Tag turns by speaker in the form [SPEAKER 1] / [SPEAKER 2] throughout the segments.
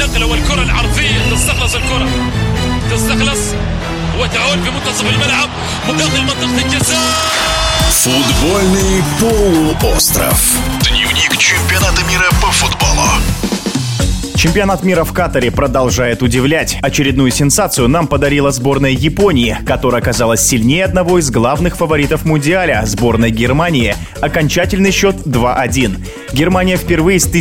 [SPEAKER 1] النقله والكره العرضيه تستخلص الكره وتعود في منتصف الملعب مقابل منطقه الجزاء.
[SPEAKER 2] Футбольный полуостров. Дневник чемпионата мира по футболу.
[SPEAKER 3] Чемпионат мира в Катаре продолжает удивлять. Очередную сенсацию нам подарила сборная Японии, которая оказалась сильнее одного из главных фаворитов Мундиаля – сборной Германии. Окончательный счет 2-1. Германия впервые с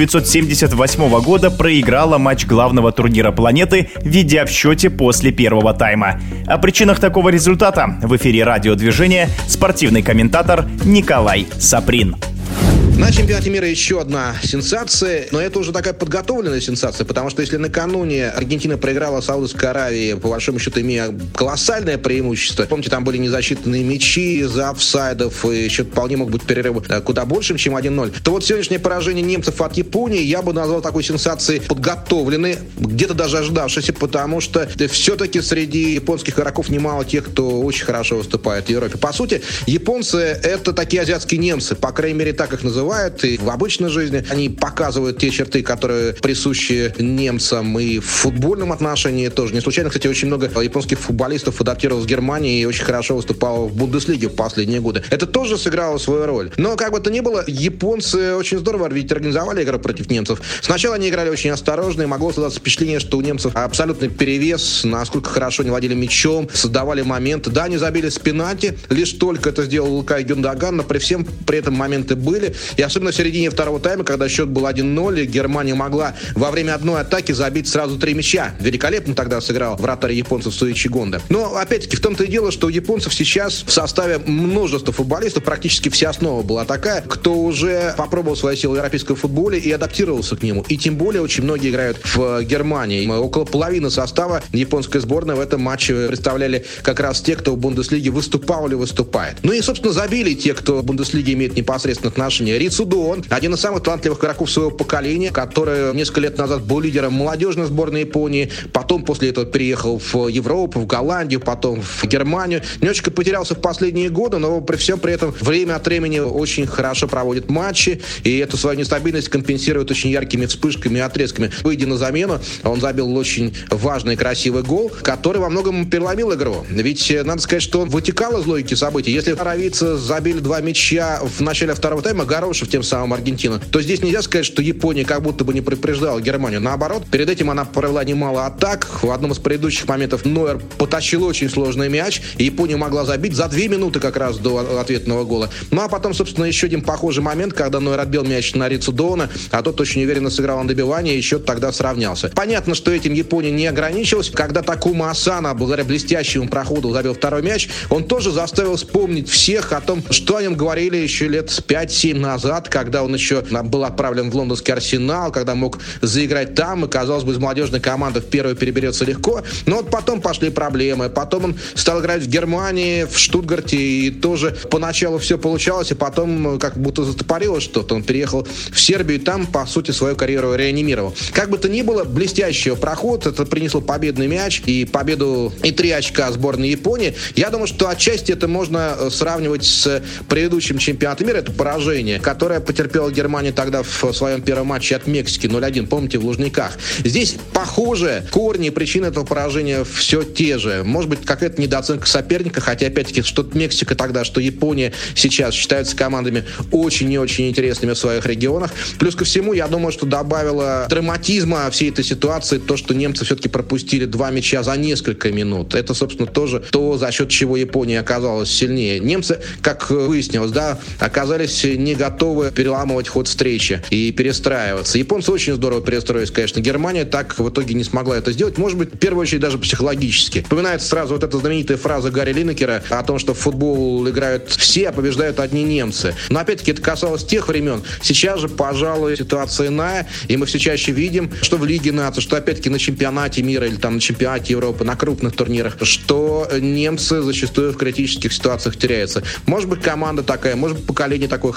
[SPEAKER 3] 1978 года проиграла матч главного турнира планеты, ведя в счете после первого тайма. О причинах такого результата в эфире радиодвижения спортивный комментатор Николай Саприн.
[SPEAKER 4] На чемпионате мира еще одна сенсация, но это уже такая подготовленная сенсация, потому что если накануне Аргентина проиграла Саудовской Аравии, по большому счету имея колоссальное преимущество, помните, там были незасчитанные мячи из-за офсайдов, и счет вполне мог быть перерыв куда большим, чем 1-0, то вот сегодняшнее поражение немцев от Японии я бы назвал такой сенсацией подготовленной, где-то даже ожидавшейся, потому что все-таки среди японских игроков немало тех, кто очень хорошо выступает в Европе. По сути, японцы — это такие азиатские немцы, по крайней мере, так их называют, и в обычной жизни они показывают те черты, которые присущи немцам, и в футбольном отношении тоже. Не случайно, кстати, очень много японских футболистов адаптировалось в Германии и очень хорошо выступало в Бундеслиге в последние годы. Это тоже сыграло свою роль. Но, как бы то ни было, японцы очень здорово ведь организовали игру против немцев. Сначала они играли очень осторожно, и могло создаться впечатление, что у немцев абсолютный перевес, насколько хорошо они владели мячом, создавали моменты. Да, они забили с пенальти, лишь только это сделал Илкай Гюндоган, но при этом моменты были. И особенно в середине второго тайма, когда счет был 1-0, и Германия могла во время одной атаки забить сразу 3 мяча. Великолепно тогда сыграл вратарь японцев Суичи Гондо. Но, опять-таки, в том-то и дело, что у японцев сейчас в составе множества футболистов, практически вся основа была такая, кто уже попробовал свои силы в европейском футболе и адаптировался к нему. И тем более очень многие играют в Германии. Около половины состава японской сборной в этом матче представляли как раз те, кто в Бундеслиге выступал или выступает. Ну и, собственно, забили те, кто в Бундеслиге имеет непосредственное отношение. Ри Цудоон, один из самых талантливых игроков своего поколения, который несколько лет назад был лидером молодежной сборной Японии, потом после этого переехал в Европу, в Голландию, потом в Германию. Немножечко потерялся в последние годы, но при всем при этом время от времени очень хорошо проводит матчи, и эту свою нестабильность компенсирует очень яркими вспышками и отрезками. Выйдя на замену, он забил очень важный и красивый гол, который во многом переломил игру. Ведь надо сказать, что он вытекал из логики событий. Если аравийцы забили 2 мяча в начале второго тайма, Горошев тем самым Аргентину, то здесь нельзя сказать, что Япония как будто бы не предупреждала Германию. Наоборот, перед этим она провела немало атак. В одном из предыдущих моментов Нойер потащил очень сложный мяч, и Япония могла забить за 2 минуты как раз до ответного гола. Ну а потом, собственно, еще один похожий момент, когда Нойер отбил мяч на Ри Цудоона, а тот очень уверенно сыграл на добивание, и счет тогда сравнялся. Понятно, что этим Япония не ограничилась. Когда Такума Асано, благодаря блестящему проходу, забил второй мяч, он тоже заставил вспомнить всех о том, что о нем говорили еще лет 5-7 назад, когда он еще был отправлен в лондонский Арсенал, когда мог заиграть там, и, казалось бы, из молодежной команды в первую переберется легко. Но вот потом пошли проблемы. Потом он стал играть в Германии, в Штутгарте, и тоже поначалу все получалось, и потом как будто застопорилось что-то. Он переехал в Сербию, и там, по сути, свою карьеру реанимировал. Как бы то ни было, блестящий проход, это принесло победный мяч и победу, и 3 очка сборной Японии. Я думаю, что отчасти это можно сравнивать с предыдущим чемпионатом мира, это поражение, которое потерпела Германия тогда в своем первом матче от Мексики 0-1, помните, в Лужниках. Здесь, похоже, корни и причины этого поражения все те же. Может быть, какая-то недооценка соперника, хотя, опять-таки, что Мексика тогда, что Япония сейчас считаются командами очень и очень интересными в своих регионах. Плюс ко всему, я думаю, что добавило драматизма всей этой ситуации то, что немцы все-таки пропустили 2 мяча за несколько минут. Это, собственно, тоже то, за счет чего Япония оказалась сильнее. Немцы, как выяснилось, да, оказались не готовы переламывать ход встречи и перестраиваться. Японцы очень здорово перестроились, конечно. Германия так в итоге не смогла это сделать. Может быть, в первую очередь даже психологически. Вспоминается сразу вот эта знаменитая фраза Гарри Линекера о том, что в футбол играют все, а побеждают одни немцы. Но опять-таки это касалось тех времен. Сейчас же, пожалуй, ситуация иная, и мы все чаще видим, что в Лиге наций, что опять-таки на чемпионате мира или там на чемпионате Европы, на крупных турнирах, что немцы зачастую в критических ситуациях теряются. Может быть, команда такая, может быть, поколение такое, хотя опять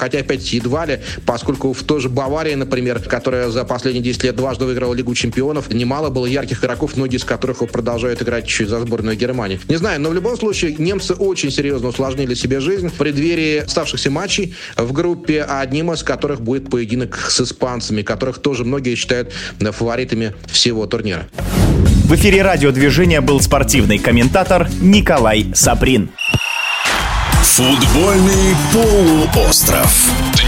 [SPEAKER 4] быть едва ли, поскольку в той же Баварии, например, которая за последние 10 лет дважды выиграла Лигу чемпионов, немало было ярких игроков, многие из которых продолжают играть еще и за сборную Германии. Не знаю, но в любом случае немцы очень серьезно усложнили себе жизнь в преддверии оставшихся матчей в группе, одним из которых будет поединок с испанцами, которых тоже многие считают фаворитами всего турнира.
[SPEAKER 3] В эфире радиодвижения был спортивный комментатор Николай Саприн.
[SPEAKER 2] Футбольный полуостров.